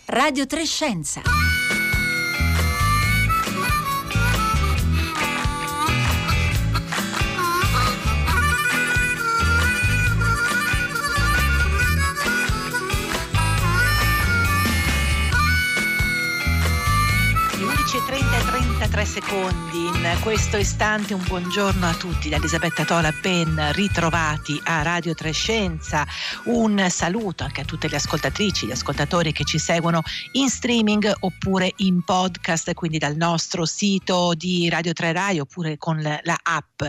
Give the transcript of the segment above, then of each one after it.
Radio 3 Scienza. E 33 secondi. In questo istante un buongiorno a tutti da Elisabetta Tola, ben ritrovati a Radio 3 Scienza. Un saluto anche a tutte le ascoltatrici, gli ascoltatori che ci seguono in streaming oppure in podcast, quindi dal nostro sito di Radio 3 Rai oppure con la app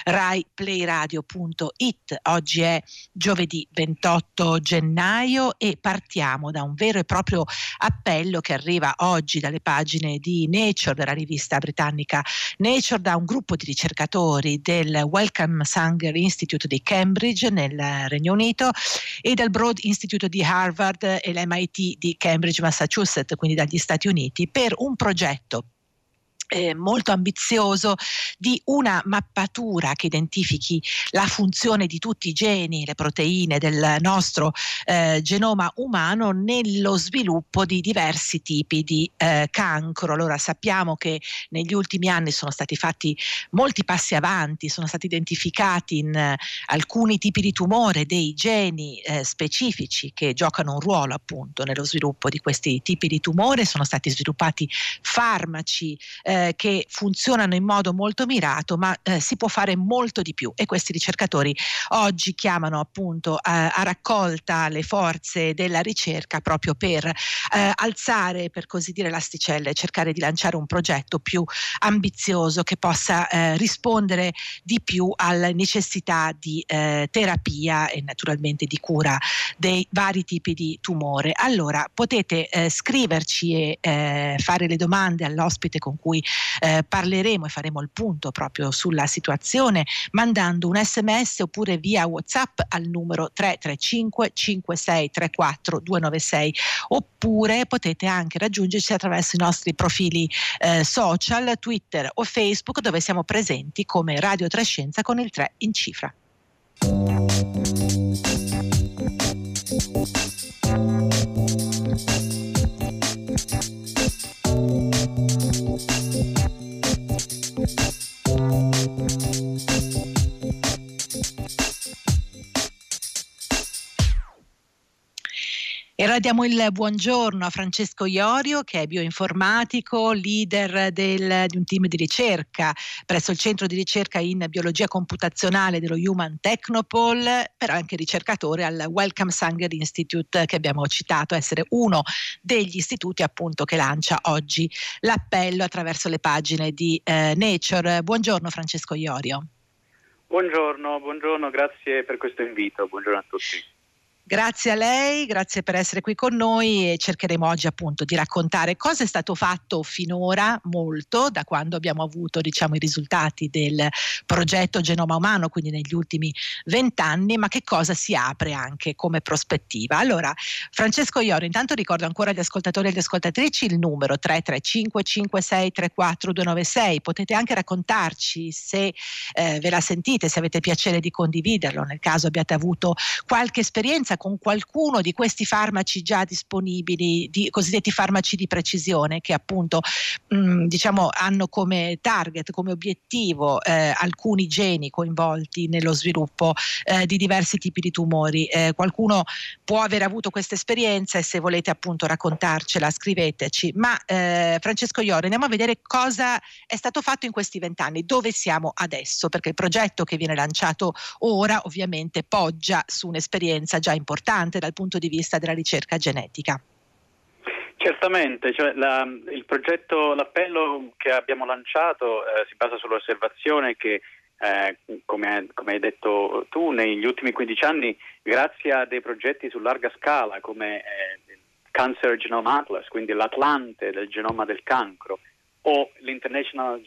raiplayradio.it. Oggi è giovedì 28 gennaio e partiamo da un vero e proprio appello che arriva oggi dalle pagine di Nature, della rivista britannica Nature, da un gruppo di ricercatori del Wellcome Sanger Institute di Cambridge nel Regno Unito e dal Broad Institute di Harvard e l'MIT di Cambridge, Massachusetts, quindi dagli Stati Uniti, per un progetto molto ambizioso di una mappatura che identifichi la funzione di tutti i geni, le proteine del nostro genoma umano nello sviluppo di diversi tipi di cancro. Allora sappiamo che negli ultimi anni sono stati fatti molti passi avanti, sono stati identificati in alcuni tipi di tumore dei geni specifici che giocano un ruolo appunto nello sviluppo di questi tipi di tumore, sono stati sviluppati farmaci che funzionano in modo molto mirato, ma si può fare molto di più e questi ricercatori oggi chiamano appunto a raccolta le forze della ricerca proprio per alzare, per così dire, l'asticella e cercare di lanciare un progetto più ambizioso che possa rispondere di più alle necessità di terapia e naturalmente di cura dei vari tipi di tumore. Allora potete scriverci e fare le domande all'ospite con cui parleremo e faremo il punto proprio sulla situazione mandando un SMS oppure via WhatsApp al numero 335 5634 296 oppure potete anche raggiungerci attraverso i nostri profili social, Twitter o Facebook, dove siamo presenti come Radio 3 Scienza con il 3 in cifra. E ora diamo il buongiorno a Francesco Iorio, che è bioinformatico, leader di un team di ricerca presso il centro di ricerca in biologia computazionale dello Human Technopole, però anche ricercatore al Wellcome Sanger Institute, che abbiamo citato essere uno degli istituti appunto che lancia oggi l'appello attraverso le pagine di Nature. Buongiorno Francesco Iorio. Buongiorno, grazie per questo invito, buongiorno a tutti. Grazie a lei, grazie per essere qui con noi e cercheremo oggi appunto di raccontare cosa è stato fatto finora, molto, da quando abbiamo avuto i risultati del progetto Genoma Umano, quindi negli ultimi 20 anni, ma che cosa si apre anche come prospettiva. Allora, Francesco Iorio, intanto ricordo ancora agli ascoltatori e alle ascoltatrici il numero 335 5634 296, potete anche raccontarci se ve la sentite, se avete piacere di condividerlo, nel caso abbiate avuto qualche esperienza con qualcuno di questi farmaci già disponibili, di cosiddetti farmaci di precisione, che appunto hanno come target, come obiettivo alcuni geni coinvolti nello sviluppo di diversi tipi di tumori. Qualcuno può aver avuto questa esperienza e se volete appunto raccontarcela scriveteci. Ma Francesco Iorio, andiamo a vedere cosa è stato fatto in questi 20 anni, dove siamo adesso, perché il progetto che viene lanciato ora ovviamente poggia su un'esperienza già importante dal punto di vista della ricerca genetica. Certamente, il progetto, l'appello che abbiamo lanciato si basa sull'osservazione che come hai detto tu, negli ultimi 15 anni, grazie a dei progetti su larga scala come Cancer Genome Atlas, quindi l'Atlante del genoma del cancro, o l'International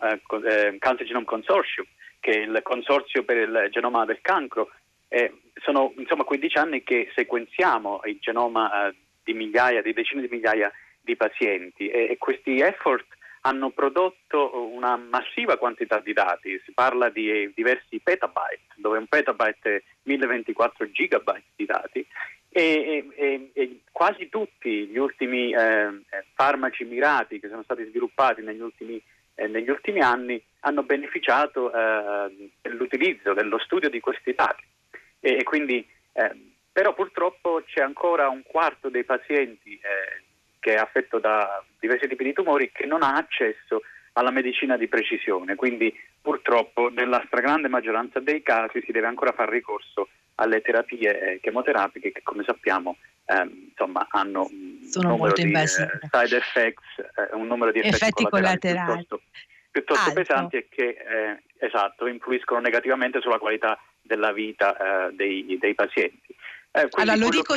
Cancer Genome Consortium, che è il consorzio per il genoma del cancro, sono insomma 15 anni che sequenziamo il genoma di decine di migliaia di pazienti e questi effort hanno prodotto una massiva quantità di dati. Si parla di diversi petabyte, dove un petabyte è 1024 gigabyte di dati, e quasi tutti gli ultimi farmaci mirati che sono stati sviluppati negli ultimi anni hanno beneficiato dell'utilizzo, dello studio di questi dati. E quindi, però purtroppo c'è ancora un quarto dei pazienti che è affetto da diversi tipi di tumori che non ha accesso alla medicina di precisione, quindi purtroppo nella stragrande maggioranza dei casi si deve ancora fare ricorso alle terapie chemoterapiche che, come sappiamo, insomma, hanno sono un numero molto di invasive, side effects, un numero di effetti collaterali piuttosto pesanti e che influiscono negativamente sulla qualità della vita dei pazienti. Allora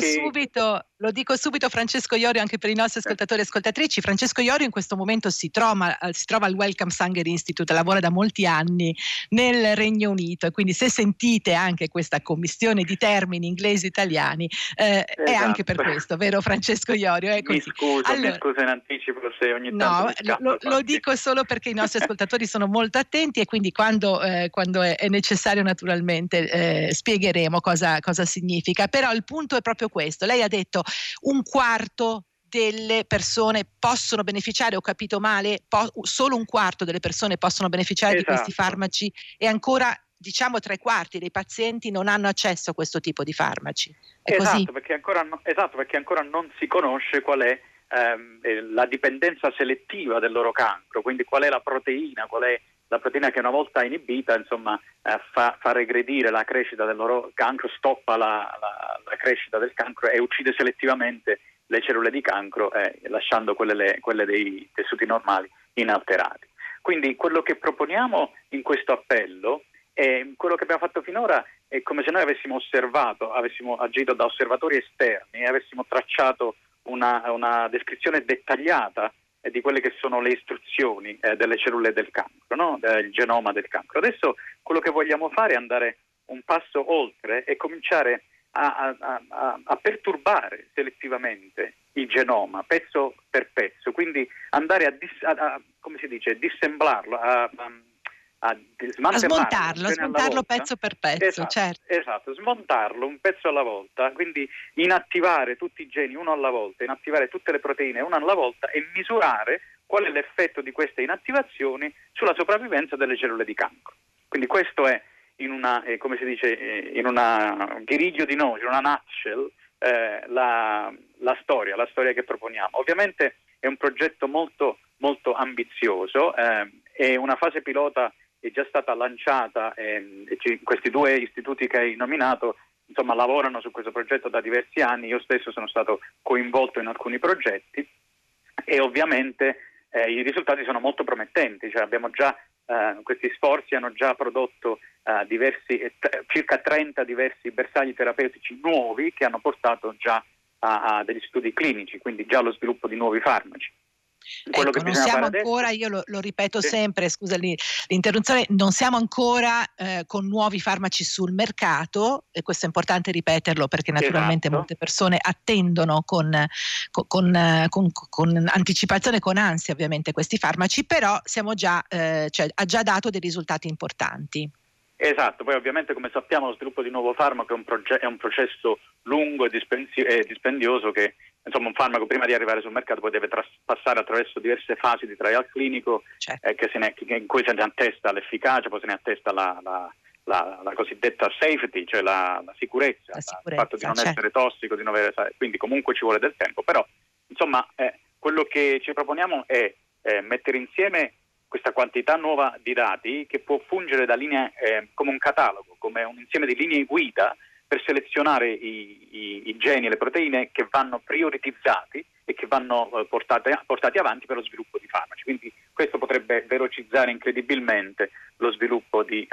lo dico subito Francesco Iorio, anche per i nostri ascoltatori e ascoltatrici. Francesco Iorio in questo momento si trova al Wellcome Sanger Institute, lavora da molti anni nel Regno Unito, e quindi se sentite anche questa commistione di termini inglesi italiani è anche per questo, vero Francesco Iorio? Mi scuso in anticipo se ogni tanto mi scappa lo dico solo perché i nostri ascoltatori sono molto attenti, e quindi quando è necessario naturalmente spiegheremo cosa significa. Però il punto è proprio questo. Lei ha detto un quarto delle persone possono beneficiare, ho capito male? Solo un quarto delle persone possono beneficiare di questi farmaci, e ancora diciamo 3/4 dei pazienti non hanno accesso a questo tipo di farmaci. È così? Perché ancora non si conosce qual è la dipendenza selettiva del loro cancro, quindi qual è la proteina che una volta inibita, insomma, fa regredire la crescita del loro cancro, stoppa la crescita del cancro e uccide selettivamente le cellule di cancro, lasciando quelle dei tessuti normali inalterati. Quindi quello che proponiamo in questo appello, quello che abbiamo fatto finora, è come se noi avessimo agito da osservatori esterni e avessimo tracciato una descrizione dettagliata di quelle che sono le istruzioni delle cellule del cancro, no? Il genoma del cancro. Adesso quello che vogliamo fare è andare un passo oltre e cominciare a perturbare selettivamente il genoma pezzo per pezzo, quindi andare a dissemblarlo, a smontarlo pezzo per pezzo. Esatto, smontarlo un pezzo alla volta, quindi inattivare tutti i geni uno alla volta, inattivare tutte le proteine una alla volta e misurare qual è l'effetto di queste inattivazioni sulla sopravvivenza delle cellule di cancro. Quindi questo è in una ghiriglio di noce, in una nutshell, la storia che proponiamo. Ovviamente è un progetto molto, molto ambizioso, è una fase pilota è già stata lanciata, questi due istituti che hai nominato, insomma, lavorano su questo progetto da diversi anni. Io stesso sono stato coinvolto in alcuni progetti e ovviamente i risultati sono molto promettenti, cioè questi sforzi hanno già prodotto circa 30 diversi bersagli terapeutici nuovi che hanno portato già a degli studi clinici, quindi già allo sviluppo di nuovi farmaci. Non siamo ancora, io lo ripeto sempre, scusa l'interruzione, non siamo ancora con nuovi farmaci sul mercato, e questo è importante ripeterlo perché naturalmente molte persone attendono con anticipazione, con ansia ovviamente questi farmaci, però siamo ha già dato dei risultati importanti. Esatto, poi ovviamente come sappiamo lo sviluppo di nuovo farmaco è un processo lungo e dispendioso che, insomma, un farmaco prima di arrivare sul mercato poi deve passare attraverso diverse fasi di trial clinico, in cui se ne attesta l'efficacia, poi se ne attesta la cosiddetta safety, cioè la sicurezza, il fatto di non essere tossico, di non avere, quindi comunque ci vuole del tempo, però insomma quello che ci proponiamo è mettere insieme questa quantità nuova di dati che può fungere da linea come un catalogo, come un insieme di linee guida per selezionare i geni e le proteine che vanno prioritizzati e che vanno portati avanti per lo sviluppo di farmaci. Quindi questo potrebbe velocizzare incredibilmente lo sviluppo di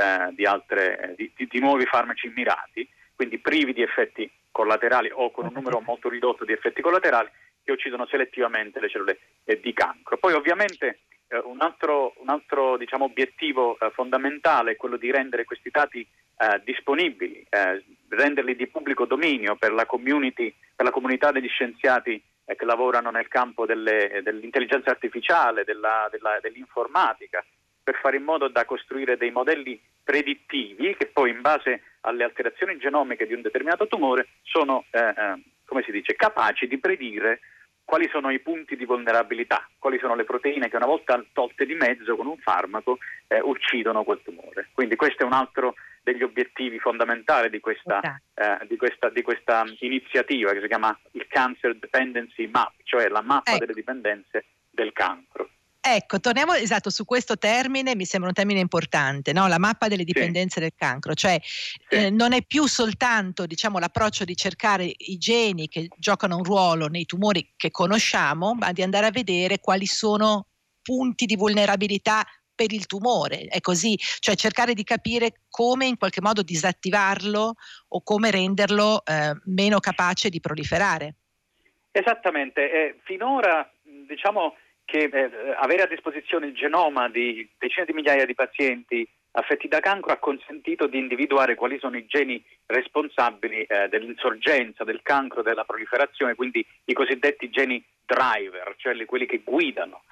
nuovi farmaci mirati, quindi privi di effetti collaterali o con un numero molto ridotto di effetti collaterali che uccidono selettivamente le cellule di cancro. Poi ovviamente un altro obiettivo fondamentale è quello di rendere questi dati disponibili, renderli di pubblico dominio per la comunità degli scienziati che lavorano nel campo dell'intelligenza artificiale, dell'informatica, per fare in modo da costruire dei modelli predittivi che poi in base alle alterazioni genomiche di un determinato tumore sono come si dice, capaci di predire quali sono i punti di vulnerabilità, quali sono le proteine che una volta tolte di mezzo con un farmaco uccidono quel tumore. Quindi questo è un altro degli obiettivi fondamentali di questa iniziativa che si chiama il Cancer Dependency Map, cioè la mappa delle dipendenze del cancro. Ecco, torniamo esatto su questo termine, mi sembra un termine importante, no? La mappa delle dipendenze del cancro, cioè non è più soltanto, diciamo, l'approccio di cercare i geni che giocano un ruolo nei tumori che conosciamo, ma di andare a vedere quali sono punti di vulnerabilità per il tumore. È così, cioè cercare di capire come in qualche modo disattivarlo o come renderlo meno capace di proliferare. Esattamente, finora diciamo che avere a disposizione il genoma di decine di migliaia di pazienti affetti da cancro ha consentito di individuare quali sono i geni responsabili dell'insorgenza del cancro, della proliferazione, quindi i cosiddetti geni driver, cioè quelli che guidano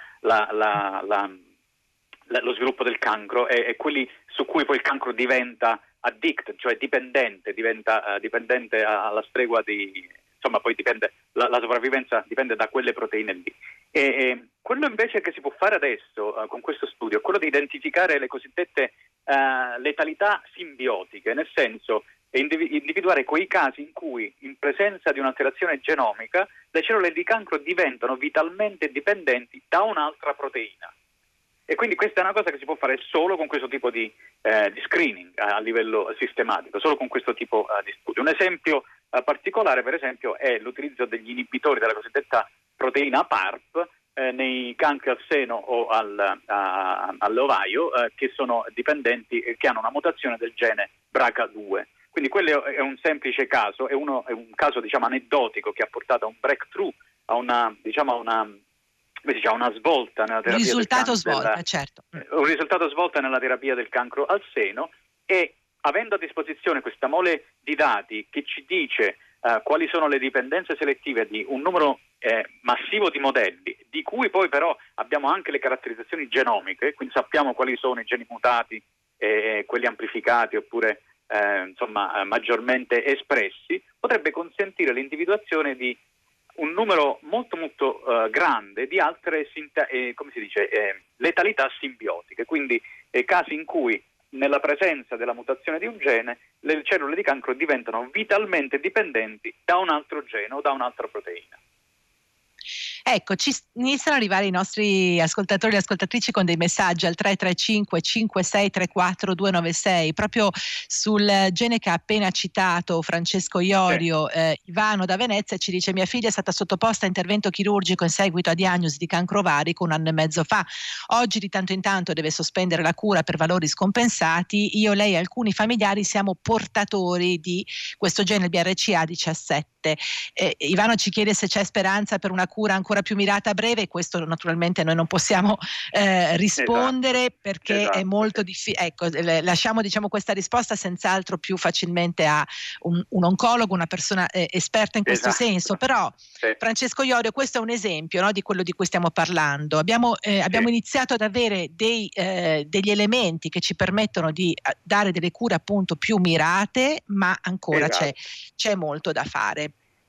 lo sviluppo del cancro e quelli su cui poi il cancro diventa addicted, cioè dipendente alla stregua di... Insomma, poi dipende, la sopravvivenza dipende da quelle proteine lì. E quello invece che si può fare adesso con questo studio è quello di identificare le cosiddette letalità simbiotiche, nel senso individuare quei casi in cui, in presenza di un'alterazione genomica, le cellule di cancro diventano vitalmente dipendenti da un'altra proteina. E quindi questa è una cosa che si può fare solo con questo tipo di screening a livello sistematico, solo con questo tipo di studio. Un esempio particolare, per esempio, è l'utilizzo degli inibitori della cosiddetta proteina PARP nei cancri al seno o all'ovaio che sono dipendenti, che hanno una mutazione del gene BRCA2. Quindi quello è un semplice caso, è un caso diciamo aneddotico che ha portato a un breakthrough, a una svolta nella terapia Risultato svolta, certo. Un risultato svolta nella terapia del cancro al seno, e avendo a disposizione questa mole di dati che ci dice quali sono le dipendenze selettive di un numero massivo di modelli, di cui poi però abbiamo anche le caratterizzazioni genomiche, quindi sappiamo quali sono i geni mutati e quelli amplificati oppure maggiormente espressi, potrebbe consentire l'individuazione di un numero molto molto grande di altre letalità simbiotiche, quindi casi in cui nella presenza della mutazione di un gene le cellule di cancro diventano vitalmente dipendenti da un altro gene o da un'altra proteina. Ecco, ci iniziano ad arrivare i nostri ascoltatori e ascoltatrici con dei messaggi al 335 5634 296 proprio sul gene che ha appena citato Francesco Iorio. Ivano da Venezia ci dice: mia figlia è stata sottoposta a intervento chirurgico in seguito a diagnosi di cancro ovarico 1 anno e mezzo fa. Oggi di tanto in tanto deve sospendere la cura per valori scompensati. Io, lei e alcuni familiari siamo portatori di questo gene, il BRCA17. Ivano ci chiede se c'è speranza per una cura ancora più mirata a breve, e questo naturalmente noi non possiamo rispondere, perché è molto difficile. Ecco, lasciamo questa risposta senz'altro più facilmente a un oncologo, una persona esperta in questo senso. Però Francesco Iorio, questo è un esempio, no, di quello di cui stiamo parlando. Abbiamo iniziato ad avere degli elementi che ci permettono di dare delle cure appunto più mirate, ma ancora c'è molto da fare.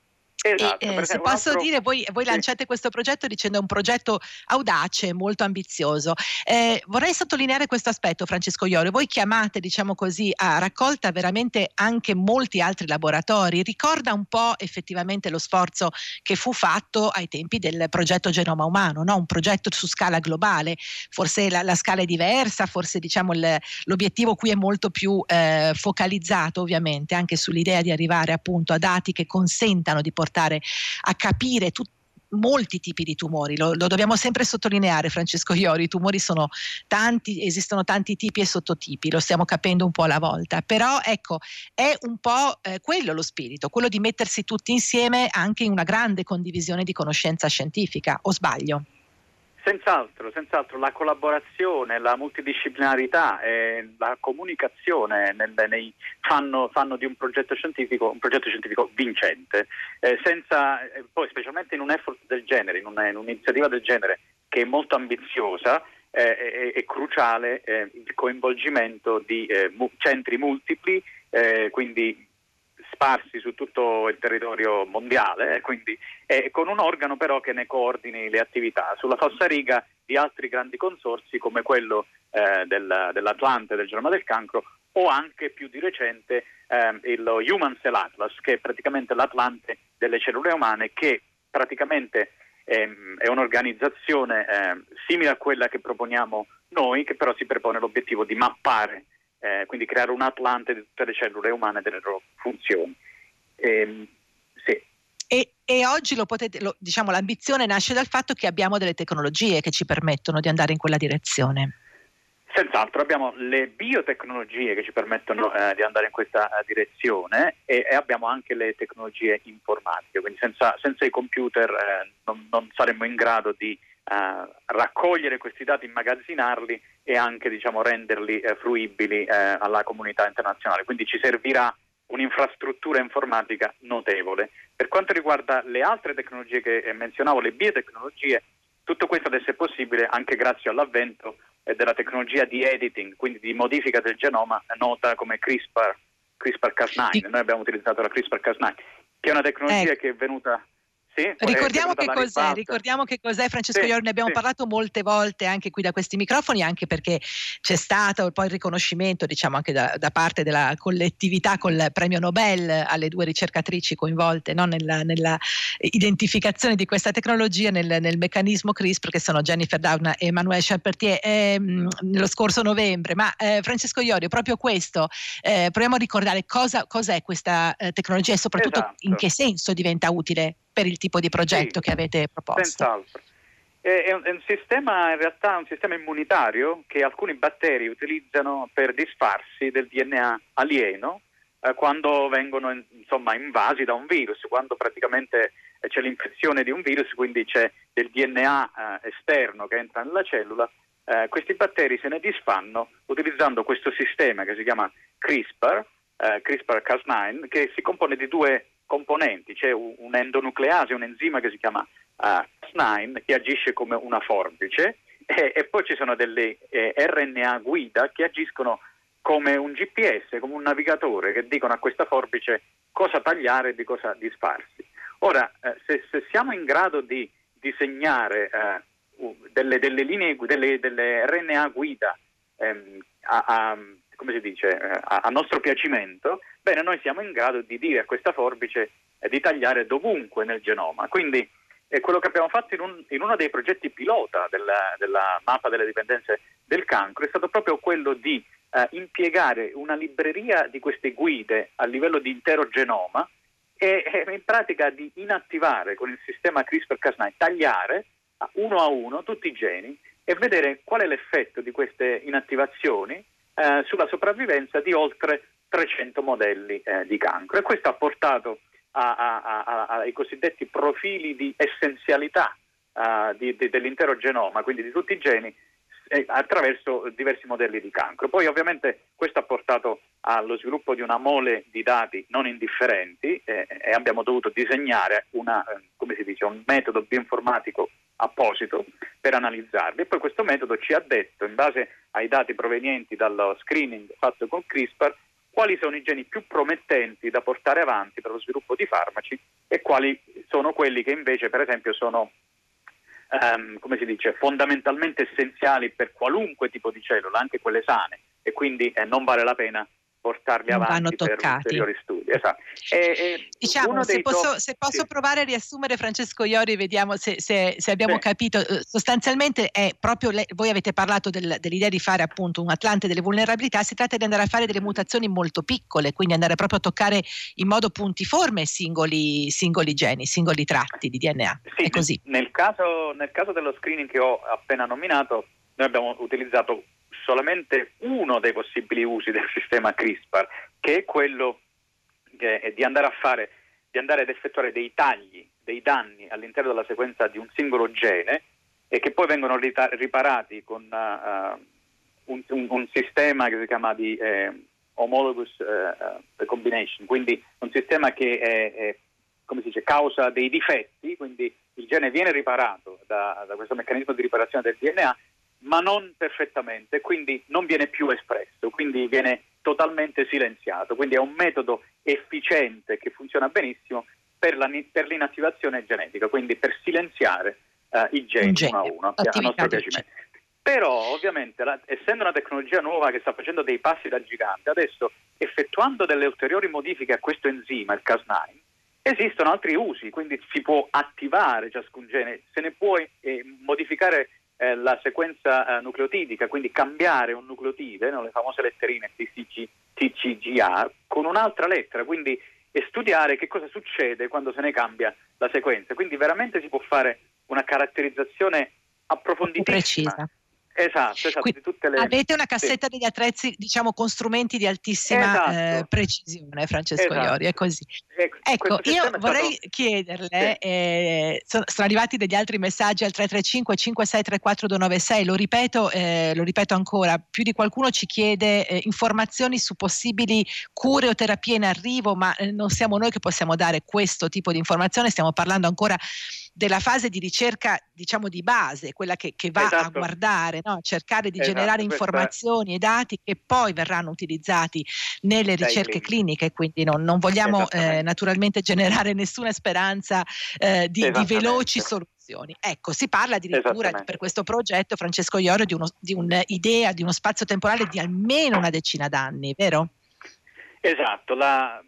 Se posso dire, voi lanciate questo progetto dicendo è un progetto audace, molto ambizioso. Vorrei sottolineare questo aspetto, Francesco Iorio. Voi chiamate, diciamo così, a raccolta veramente anche molti altri laboratori. Ricorda un po' effettivamente lo sforzo che fu fatto ai tempi del progetto Genoma Umano, no? Un progetto su scala globale. Forse la scala è diversa, forse diciamo l'obiettivo qui è molto più focalizzato, ovviamente, anche sull'idea di arrivare appunto a dati che consentano di portare a capire molti tipi di tumori. Lo dobbiamo sempre sottolineare, Francesco Iorio. I tumori sono tanti, esistono tanti tipi e sottotipi, lo stiamo capendo un po' alla volta, però ecco, è un po' quello lo spirito, quello di mettersi tutti insieme anche in una grande condivisione di conoscenza scientifica, o sbaglio? Senz'altro, la collaborazione, la multidisciplinarità e la comunicazione fanno di un progetto scientifico vincente, poi specialmente in un effort del genere, in un'iniziativa del genere che è molto ambiziosa, è cruciale il coinvolgimento di centri multipli, quindi sparsi su tutto il territorio mondiale, quindi con un organo però che ne coordini le attività sulla falsariga di altri grandi consorzi come quello dell'Atlante, del Genoma del Cancro, o anche più di recente lo Human Cell Atlas, che è praticamente l'Atlante delle cellule umane, che praticamente è un'organizzazione simile a quella che proponiamo noi, che però si propone l'obiettivo di mappare, quindi creare un Atlante di tutte le cellule umane e delle loro funzioni. Sì. E oggi diciamo, l'ambizione nasce dal fatto che abbiamo delle tecnologie che ci permettono di andare in quella direzione. Senz'altro, abbiamo le biotecnologie che ci permettono di andare in questa direzione e abbiamo anche le tecnologie informatiche, quindi senza i computer non saremmo in grado di raccogliere questi dati, immagazzinarli e anche, diciamo, renderli fruibili alla comunità internazionale. Quindi ci servirà un'infrastruttura informatica notevole. Per quanto riguarda le altre tecnologie che menzionavo, le biotecnologie, tutto questo adesso è possibile anche grazie all'avvento della tecnologia di editing, quindi di modifica del genoma, nota come CRISPR-Cas9. Noi abbiamo utilizzato la CRISPR-Cas9, che è una tecnologia che è venuta... Sì, ricordiamo che cos'è, Francesco Iori, ne abbiamo parlato molte volte anche qui da questi microfoni, anche perché c'è stato poi il riconoscimento, diciamo, anche da parte della collettività col premio Nobel alle due ricercatrici coinvolte, no, nella identificazione di questa tecnologia nel meccanismo CRISPR, che sono Jennifer Doudna e Emmanuelle Charpentier, nello scorso novembre. Ma Francesco Iori, proprio questo, proviamo a ricordare cos'è questa tecnologia e soprattutto in che senso diventa utile per il tipo di progetto che avete proposto. Senz'altro. È un sistema, in realtà un sistema immunitario che alcuni batteri utilizzano per disfarsi del DNA alieno quando vengono invasi da un virus, quando praticamente c'è l'infezione di un virus, quindi c'è del DNA esterno che entra nella cellula. Questi batteri se ne disfanno utilizzando questo sistema che si chiama CRISPR-Cas9, che si compone di due componenti. C'è un'endonucleasi, un enzima che si chiama Cas9, che agisce come una forbice, e poi ci sono delle RNA guida che agiscono come un GPS, come un navigatore, che dicono a questa forbice cosa tagliare e di cosa disfarsi. Ora, se siamo in grado di disegnare delle linee, delle RNA guida come si dice, a nostro piacimento, bene, noi siamo in grado di dire a questa forbice di tagliare dovunque nel genoma. Quindi quello che abbiamo fatto in uno dei progetti pilota della mappa delle dipendenze del cancro è stato proprio quello di impiegare una libreria di queste guide a livello di intero genoma e in pratica di inattivare con il sistema CRISPR-Cas9, tagliare uno a uno tutti i geni e vedere qual è l'effetto di queste inattivazioni sulla sopravvivenza di oltre 300 modelli di cancro. E questo ha portato ai cosiddetti profili di essenzialità dell'intero genoma, quindi di tutti i geni, attraverso diversi modelli di cancro. Poi ovviamente questo ha portato allo sviluppo di una mole di dati non indifferenti e abbiamo dovuto disegnare un metodo bioinformatico apposito per analizzarli, e poi questo metodo ci ha detto, in base ai dati provenienti dallo screening fatto con CRISPR, quali sono i geni più promettenti da portare avanti per lo sviluppo di farmaci e quali sono quelli che invece, per esempio, sono fondamentalmente essenziali per qualunque tipo di cellula, anche quelle sane, e quindi non vale la pena portarli avanti per ulteriori studi. Esatto. Diciamo, se posso provare a riassumere, Francesco Iori, vediamo se abbiamo capito. Sostanzialmente è proprio voi avete parlato dell'idea di fare appunto un Atlante delle vulnerabilità. Si tratta di andare a fare delle mutazioni molto piccole, quindi andare proprio a toccare in modo puntiforme singoli geni, singoli tratti di DNA. Sì, è così. Nel caso dello screening che ho appena nominato, noi abbiamo utilizzato solamente uno dei possibili usi del sistema CRISPR, che è quello di andare ad effettuare dei tagli, dei danni all'interno della sequenza di un singolo gene e che poi vengono riparati con un sistema che si chiama di homologous recombination, quindi un sistema che causa dei difetti, quindi il gene viene riparato da questo meccanismo di riparazione del DNA, ma non perfettamente, quindi non viene più espresso, quindi viene totalmente silenziato, quindi è un metodo efficiente che funziona benissimo per l'inattivazione genetica, quindi per silenziare i geni uno a uno a nostro piacimento. Però ovviamente essendo una tecnologia nuova che sta facendo dei passi da gigante, adesso effettuando delle ulteriori modifiche a questo enzima, il Cas9, esistono altri usi, quindi si può attivare ciascun gene, se ne può modificare la sequenza nucleotidica, quindi cambiare un nucleotide, no, le famose letterine TCGA, con un'altra lettera, quindi e studiare che cosa succede quando se ne cambia la sequenza. Quindi veramente si può fare una caratterizzazione approfonditissima. Precisa. Esatto, di tutte le... Avete una cassetta degli attrezzi, diciamo, con strumenti di altissima precisione, Francesco Iorio, è così. Ecco, io vorrei chiederle, sono arrivati degli altri messaggi al 335 5634 296, lo ripeto ancora, più di qualcuno ci chiede informazioni su possibili cure o terapie in arrivo, ma non siamo noi che possiamo dare questo tipo di informazione, stiamo parlando ancora della fase di ricerca, diciamo, di base, quella che va a guardare, no? Cercare di generare informazioni e dati che poi verranno utilizzati nelle ricerche cliniche, quindi non vogliamo naturalmente generare nessuna speranza di veloci soluzioni. Ecco, si parla addirittura per questo progetto, Francesco Iorio, di un'idea, di uno spazio temporale di almeno una decina d'anni, vero? Esatto, la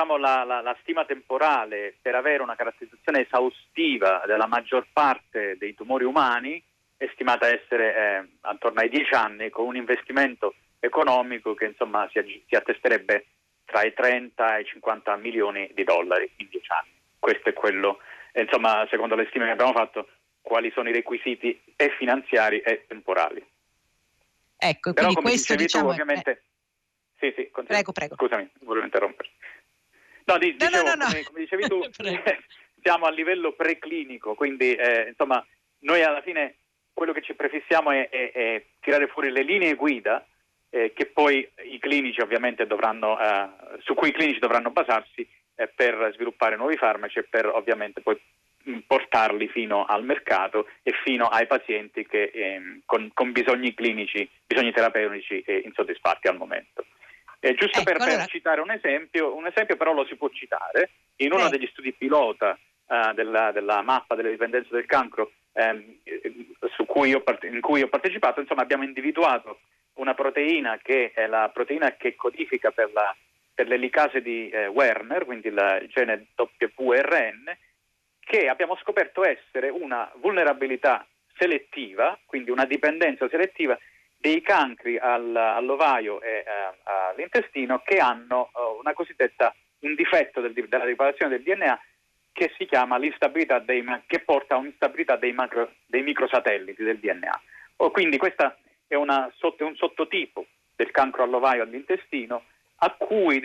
stima temporale per avere una caratterizzazione esaustiva della maggior parte dei tumori umani è stimata essere attorno ai 10 anni, con un investimento economico che insomma si attesterebbe tra i 30 e i 50 milioni di dollari in 10 anni. Questo è quello, insomma, secondo le stime che abbiamo fatto, quali sono i requisiti e finanziari e temporali. Ecco, però quindi come questo dicevi tu, ovviamente... Sì, prego. Scusami, volevo interrompere. No. Come dicevi tu, siamo a livello preclinico, quindi insomma noi alla fine quello che ci prefissiamo è tirare fuori le linee guida che poi i clinici ovviamente su cui i clinici dovranno basarsi per sviluppare nuovi farmaci e per ovviamente poi portarli fino al mercato e fino ai pazienti che con bisogni clinici, bisogni terapeutici insoddisfatti al momento. Giusto per citare un esempio però lo si può citare, in uno degli studi pilota della mappa delle dipendenze del cancro in cui ho partecipato, insomma abbiamo individuato una proteina che è la proteina che codifica per l'elicase di Werner, quindi il gene WRN, che abbiamo scoperto essere una vulnerabilità selettiva, quindi una dipendenza selettiva dei cancri all'ovaio e all'intestino che hanno un difetto della riparazione del DNA che si chiama l'instabilità che porta a un'instabilità dei microsatelliti del DNA. Quindi questa è un sottotipo del cancro all'ovaio e all'intestino a cui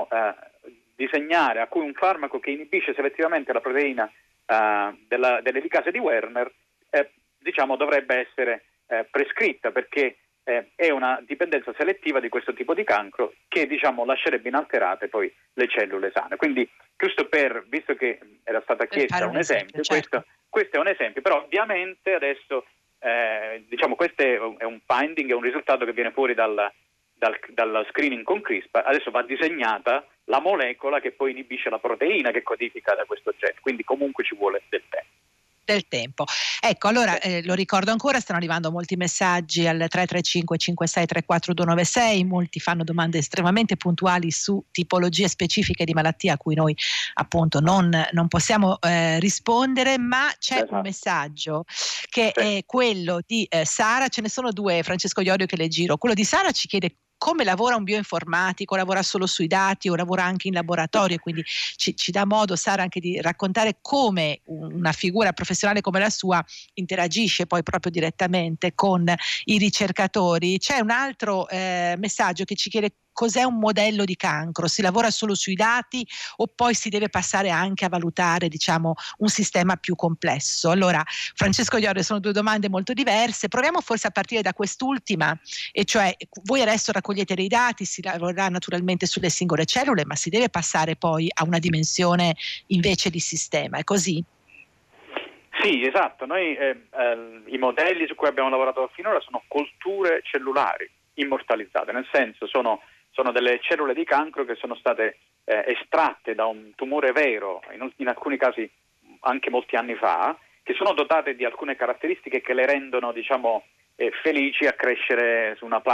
a cui un farmaco che inibisce selettivamente la proteina dell'elicase di Werner dovrebbe essere prescritta, perché è una dipendenza selettiva di questo tipo di cancro che lascerebbe inalterate poi le cellule sane. Quindi visto che era stata chiesta un esempio, certo. questo è un esempio, però ovviamente adesso questo è un finding, è un risultato che viene fuori dal screening con CRISPR. Adesso va disegnata la molecola che poi inibisce la proteina che codifica da questo gene, quindi comunque ci vuole del tempo. Ecco, allora lo ricordo ancora, stanno arrivando molti messaggi al 335 5634 296, molti fanno domande estremamente puntuali su tipologie specifiche di malattia a cui noi appunto non possiamo rispondere, ma c'è un messaggio che è quello di Sara, ce ne sono due, Francesco Iorio, che le giro. Quello di Sara ci chiede come lavora un bioinformatico, lavora solo sui dati o lavora anche in laboratorio, quindi ci dà modo, Sara, anche di raccontare come una figura professionale come la sua interagisce poi proprio direttamente con i ricercatori. C'è un altro messaggio che ci chiede cos'è un modello di cancro, si lavora solo sui dati o poi si deve passare anche a valutare un sistema più complesso? Allora, Francesco Iorio, sono due domande molto diverse, proviamo forse a partire da quest'ultima, e cioè voi adesso raccogliete dei dati, si lavorerà naturalmente sulle singole cellule, ma si deve passare poi a una dimensione invece di sistema, è così? Sì, esatto, noi i modelli su cui abbiamo lavorato finora sono colture cellulari immortalizzate, nel senso sono sono delle cellule di cancro che sono state estratte da un tumore vero, in alcuni casi anche molti anni fa, che sono dotate di alcune caratteristiche che le rendono, diciamo, felici a crescere su una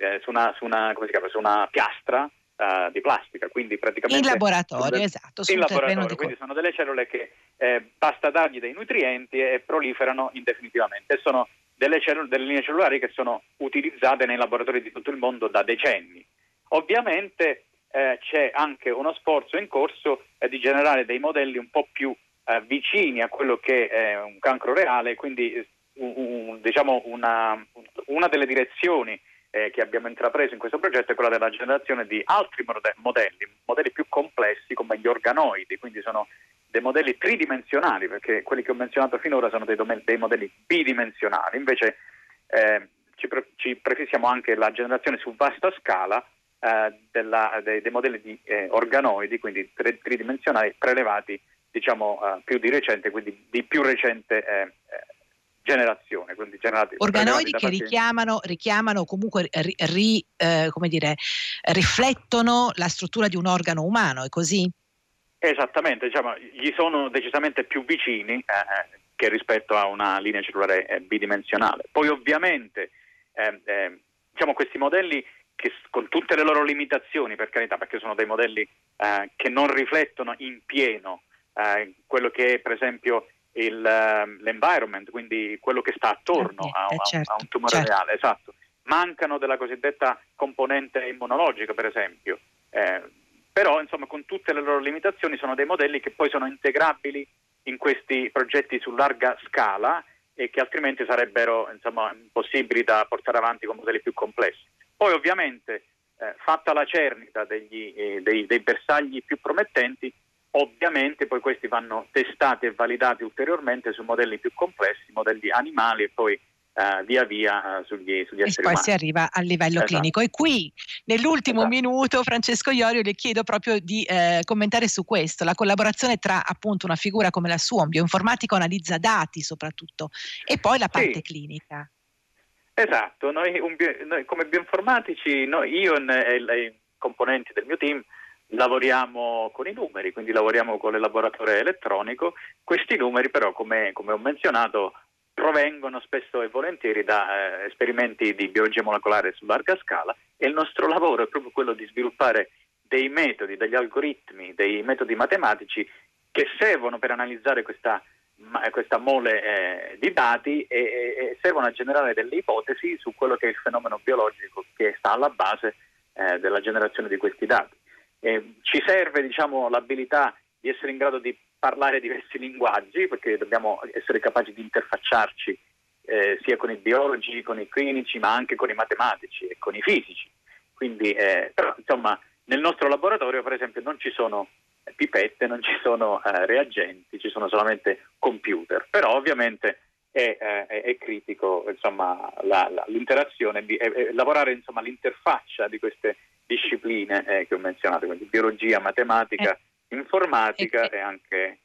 su una piastra di plastica, quindi praticamente in laboratorio, esatto, sul in terreno laboratorio, quindi sono delle cellule che basta dargli dei nutrienti e proliferano indefinitivamente, e sono delle linee cellulari che sono utilizzate nei laboratori di tutto il mondo da decenni. Ovviamente c'è anche uno sforzo in corso di generare dei modelli un po' più vicini a quello che è un cancro reale, quindi diciamo una delle direzioni che abbiamo intrapreso in questo progetto è quella della generazione di altri modelli più complessi come gli organoidi, quindi sono dei modelli tridimensionali, perché quelli che ho menzionato finora sono dei modelli bidimensionali. Invece ci prefissiamo anche la generazione su vasta scala dei modelli di organoidi, quindi tridimensionali, prelevati, diciamo, più di recente, quindi di più recente generazione, quindi organoidi che richiamano comunque come dire, riflettono la struttura di un organo umano, è così? Esattamente, diciamo, gli sono decisamente più vicini che rispetto a una linea cellulare bidimensionale. Poi ovviamente diciamo, questi modelli, che con tutte le loro limitazioni, per carità, perché sono dei modelli che non riflettono in pieno quello che è per esempio l'environment, quindi quello che sta attorno a un tumore reale, esatto. Mancano della cosiddetta componente immunologica, per esempio, però insomma con tutte le loro limitazioni sono dei modelli che poi sono integrabili in questi progetti su larga scala e che altrimenti sarebbero, insomma, impossibili da portare avanti con modelli più complessi. Poi ovviamente fatta la cernita dei bersagli più promettenti, ovviamente poi questi vanno testati e validati ulteriormente su modelli più complessi, modelli animali, e poi via via sugli esseri umani. E poi si arriva al livello clinico. E qui nell'ultimo minuto, Francesco Iorio, le chiedo proprio di commentare su questo, la collaborazione tra appunto una figura come la sua, un bioinformatico analizza dati soprattutto, e poi la parte clinica. Esatto, noi come bioinformatici, io e i componenti del mio team lavoriamo con i numeri, quindi lavoriamo con l'elaboratore elettronico. Questi numeri però, come ho menzionato, provengono spesso e volentieri da esperimenti di biologia molecolare su larga scala, e il nostro lavoro è proprio quello di sviluppare dei metodi, degli algoritmi, dei metodi matematici che servono per analizzare questa mole di dati e servono a generare delle ipotesi su quello che è il fenomeno biologico che sta alla base della generazione di questi dati. Ci serve, diciamo, l'abilità di essere in grado di parlare diversi linguaggi, perché dobbiamo essere capaci di interfacciarci sia con i biologi, con i clinici, ma anche con i matematici e con i fisici. Quindi, però, insomma, nel nostro laboratorio, per esempio, non ci sono pipette, non ci sono reagenti, ci sono solamente computer. Però ovviamente è critico, insomma, l'interazione, lavorare, insomma, l'interfaccia di queste discipline che ho menzionato, quindi biologia, matematica, informatica e anche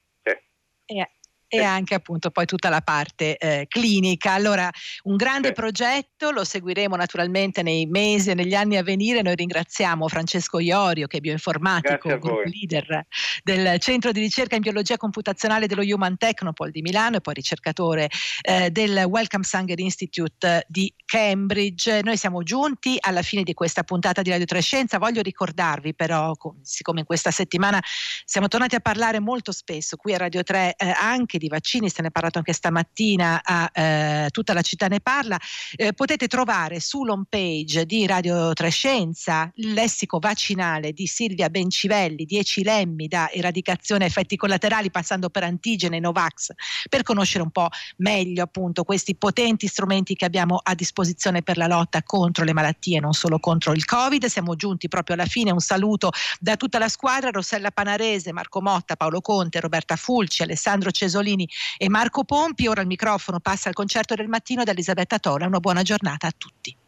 e anche appunto poi tutta la parte clinica. Allora, un grande progetto, lo seguiremo naturalmente nei mesi e negli anni a venire. Noi ringraziamo Francesco Iorio, che è bioinformatico, group leader del Centro di Ricerca in Biologia Computazionale dello Human Technopole di Milano e poi ricercatore del Wellcome Sanger Institute di Cambridge. Noi siamo giunti alla fine di questa puntata di Radio 3 Scienza. Voglio ricordarvi però, siccome in questa settimana siamo tornati a parlare molto spesso qui a Radio 3 anche di vaccini, se ne è parlato anche stamattina a Tutta la città ne parla, potete trovare sull'home page di Radio 3 Scienza il lessico vaccinale di Silvia Bencivelli, 10 lemmi da eradicazione a effetti collaterali passando per antigene e Novax, per conoscere un po' meglio appunto questi potenti strumenti che abbiamo a disposizione per la lotta contro le malattie, non solo contro il Covid. Siamo giunti proprio alla fine, un saluto da tutta la squadra: Rossella Panarese, Marco Motta, Paolo Conte, Roberta Fulci, Alessandro Cesolini e Marco Pompi. Ora il microfono passa al Concerto del Mattino da Elisabetta Tola. Una buona giornata a tutti.